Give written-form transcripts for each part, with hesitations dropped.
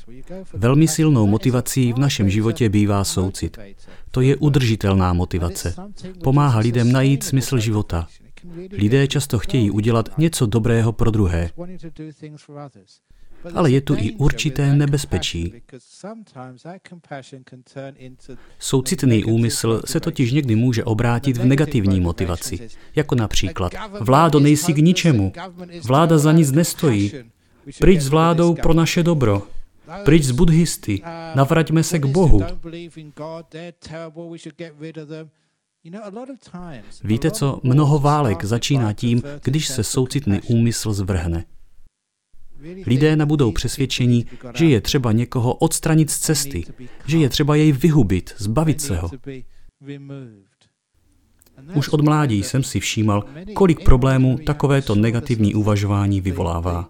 Velmi silnou motivací v našem životě bývá soucit. To je udržitelná motivace. Pomáhá lidem najít smysl života. Lidé často chtějí udělat něco dobrého pro druhé. Ale je tu i určité nebezpečí. Soucitný úmysl se totiž někdy může obrátit v negativní motivaci, jako například: vládo, nejsi k ničemu, vláda za nic nestojí, pryč s vládou pro naše dobro, pryč z buddhisty, navraťme se k Bohu. Víte co, mnoho válek začíná tím, když se soucitný úmysl zvrhne. Lidé nabudou přesvědčení, že je třeba někoho odstranit z cesty, že je třeba jej vyhubit, zbavit se ho. Už od mládí jsem si všímal, kolik problémů takovéto negativní uvažování vyvolává.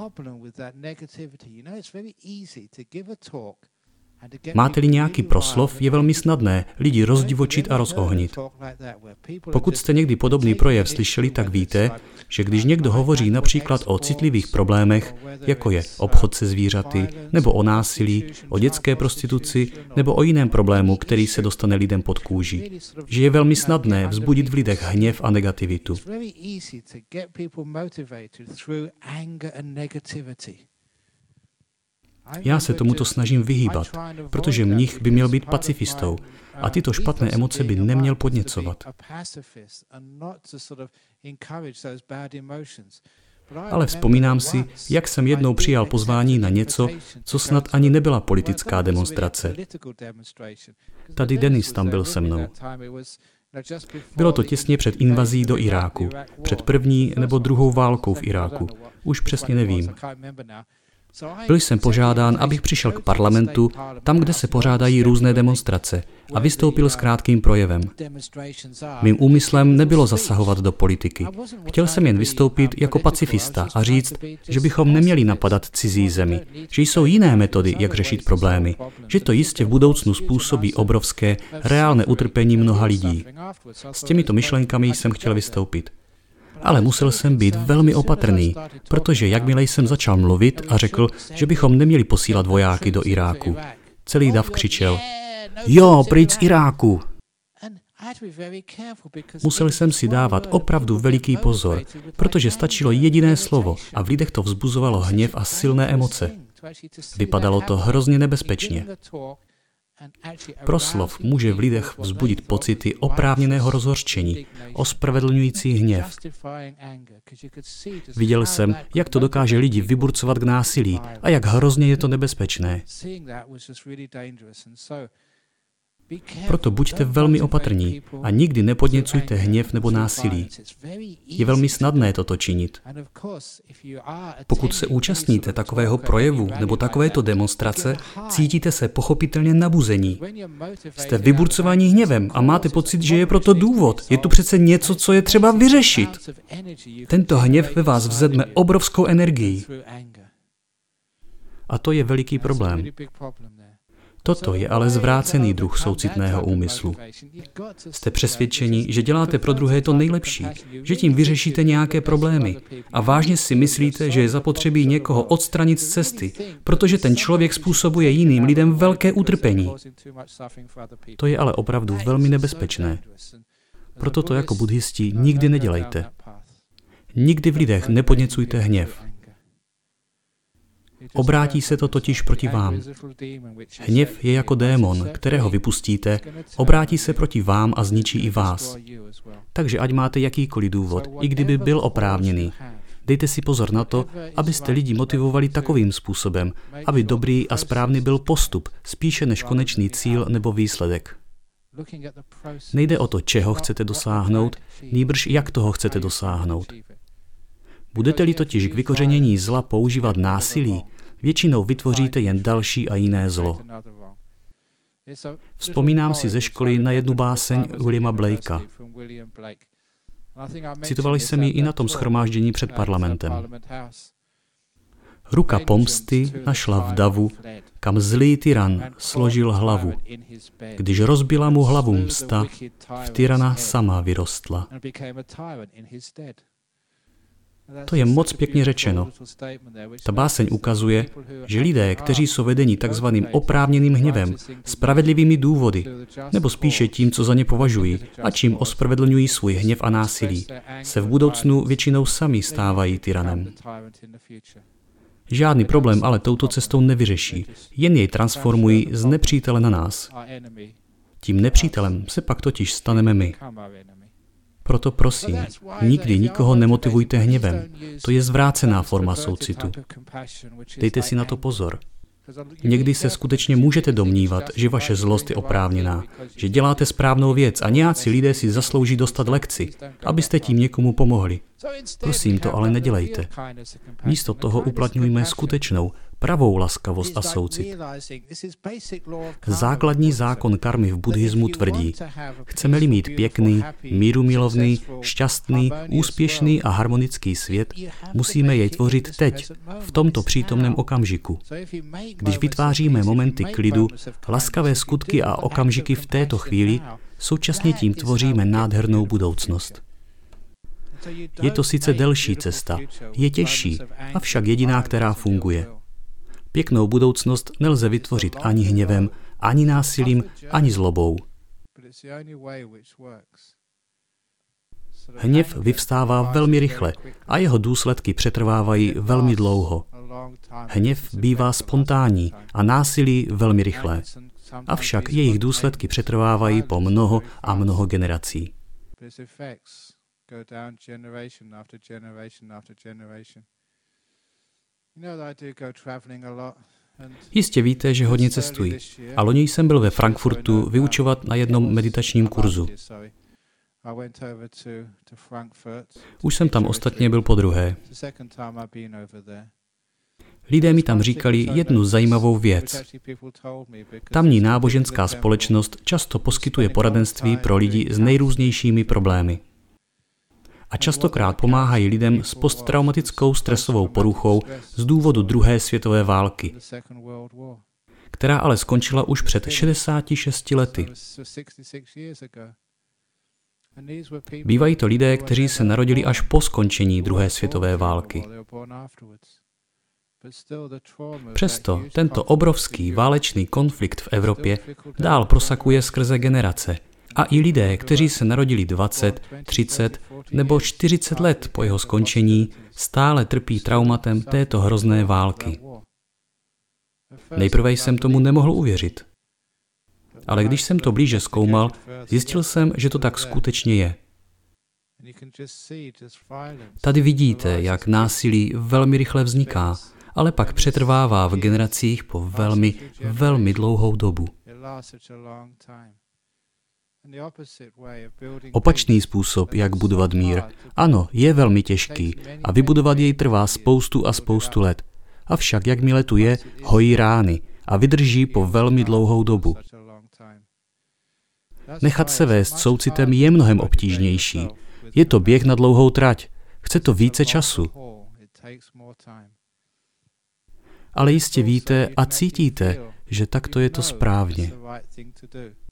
Máte-li nějaký proslov, je velmi snadné lidi rozdivočit a rozohnit. Pokud jste někdy podobný projev slyšeli, tak víte, že když někdo hovoří například o citlivých problémech, jako je obchod se zvířaty, nebo o násilí, o dětské prostituci, nebo o jiném problému, který se dostane lidem pod kůži, že je velmi snadné vzbudit v lidech hněv a negativitu. Já se tomuto snažím vyhýbat, protože mnich by měl být pacifistou a tyto špatné emoce by neměl podněcovat. Ale vzpomínám si, jak jsem jednou přijal pozvání na něco, co snad ani nebyla politická demonstrace. Tady Denis tam byl se mnou. Bylo to těsně před invazí do Iráku, před první nebo druhou válkou v Iráku. Už přesně nevím. Byl jsem požádán, abych přišel k parlamentu, tam, kde se pořádají různé demonstrace, a vystoupil s krátkým projevem. Mým úmyslem nebylo zasahovat do politiky. Chtěl jsem jen vystoupit jako pacifista a říct, že bychom neměli napadat cizí zemi, že jsou jiné metody, jak řešit problémy, že to jistě v budoucnu způsobí obrovské, reálné utrpení mnoha lidí. S těmito myšlenkami jsem chtěl vystoupit. Ale musel jsem být velmi opatrný, protože jakmile jsem začal mluvit a řekl, že bychom neměli posílat vojáky do Iráku, celý dav křičel: jo, pryč z Iráku! Musel jsem si dávat opravdu veliký pozor, protože stačilo jediné slovo a v lidech to vzbuzovalo hněv a silné emoce. Vypadalo to hrozně nebezpečně. Proslov může v lidech vzbudit pocity oprávněného rozhořčení, ospravedlňující hněv. Viděl jsem, jak to dokáže lidi vyburcovat k násilí a jak hrozně je to nebezpečné. Proto buďte velmi opatrní a nikdy nepodněcujte hněv nebo násilí. Je velmi snadné toto činit. Pokud se účastníte takového projevu nebo takovéto demonstrace, cítíte se pochopitelně nabuzení. Jste vyburcovaní hněvem a máte pocit, že je proto důvod. Je tu přece něco, co je třeba vyřešit. Tento hněv ve vás vzedme obrovskou energii. A to je veliký problém. Toto je ale zvrácený druh soucitného úmyslu. Jste přesvědčeni, že děláte pro druhé to nejlepší, že tím vyřešíte nějaké problémy a vážně si myslíte, že je zapotřebí někoho odstranit z cesty, protože ten člověk způsobuje jiným lidem velké utrpení. To je ale opravdu velmi nebezpečné. Proto to jako buddhisti nikdy nedělejte. Nikdy v lidech nepodněcujte hněv. Obrátí se to totiž proti vám. Hněv je jako démon, kterého vypustíte, obrátí se proti vám a zničí i vás. Takže ať máte jakýkoliv důvod, i kdyby byl oprávněný. Dejte si pozor na to, abyste lidi motivovali takovým způsobem, aby dobrý a správný byl postup, spíše než konečný cíl nebo výsledek. Nejde o to, čeho chcete dosáhnout, nýbrž jak toho chcete dosáhnout. Budete-li totiž k vykořenění zla používat násilí, většinou vytvoříte jen další a jiné zlo. Vzpomínám si ze školy na jednu báseň Williama Blakea. Citoval jsem ji i na tom shromáždění před parlamentem. Ruka pomsty našla v davu, kam zlý tyran složil hlavu. Když rozbila mu hlavu msta, v tyrana sama vyrostla. To je moc pěkně řečeno. Ta báseň ukazuje, že lidé, kteří jsou vedeni takzvaným oprávněným hněvem, spravedlivými důvody, nebo spíše tím, co za ně považují a čím ospravedlňují svůj hněv a násilí, se v budoucnu většinou sami stávají tyranem. Žádný problém ale touto cestou nevyřeší, jen jej transformují z nepřítele na nás. Tím nepřítelem se pak totiž staneme my. Proto prosím, nikdy nikoho nemotivujte hněvem. To je zvrácená forma soucitu. Dejte si na to pozor. Někdy se skutečně můžete domnívat, že vaše zlost je oprávněná, že děláte správnou věc a nějací lidé si zaslouží dostat lekci, abyste tím někomu pomohli. Prosím, to ale nedělejte. Místo toho uplatňujme skutečnou, pravou laskavost a soucit. Základní zákon karmy v buddhismu tvrdí, chceme-li mít pěkný, mírumilovný, šťastný, úspěšný a harmonický svět, musíme jej tvořit teď, v tomto přítomném okamžiku. Když vytváříme momenty klidu, laskavé skutky a okamžiky v této chvíli, současně tím tvoříme nádhernou budoucnost. Je to sice delší cesta, je těžší, avšak jediná, která funguje. Pěknou budoucnost nelze vytvořit ani hněvem, ani násilím, ani zlobou. Hněv vyvstává velmi rychle a jeho důsledky přetrvávají velmi dlouho. Hněv bývá spontánní a násilí velmi rychlé. Avšak jejich důsledky přetrvávají po mnoho a mnoho generací. Jistě víte, že hodně cestuji. A loni jsem byl ve Frankfurtu vyučovat na jednom meditačním kurzu. Už jsem tam ostatně byl podruhé. Lidé mi tam říkali jednu zajímavou věc. Tamní náboženská společnost často poskytuje poradenství pro lidi s nejrůznějšími problémy. A častokrát pomáhají lidem s posttraumatickou stresovou poruchou z důvodu druhé světové války, která ale skončila už před 66 lety. Bývají to lidé, kteří se narodili až po skončení druhé světové války. Přesto tento obrovský válečný konflikt v Evropě dál prosakuje skrze generace. A i lidé, kteří se narodili 20, 30 nebo 40 let po jeho skončení, stále trpí traumatem této hrozné války. Nejprve jsem tomu nemohl uvěřit. Ale když jsem to blíže zkoumal, zjistil jsem, že to tak skutečně je. Tady vidíte, jak násilí velmi rychle vzniká, ale pak přetrvává v generacích po velmi, velmi dlouhou dobu. Opačný způsob, jak budovat mír, ano, je velmi těžký a vybudovat jej trvá spoustu a spoustu let. Avšak jakmile tu je, hojí rány a vydrží po velmi dlouhou dobu. Nechat se vést soucitem je mnohem obtížnější. Je to běh na dlouhou trať. Chce to více času. Ale jistě víte a cítíte, že takto je to správně.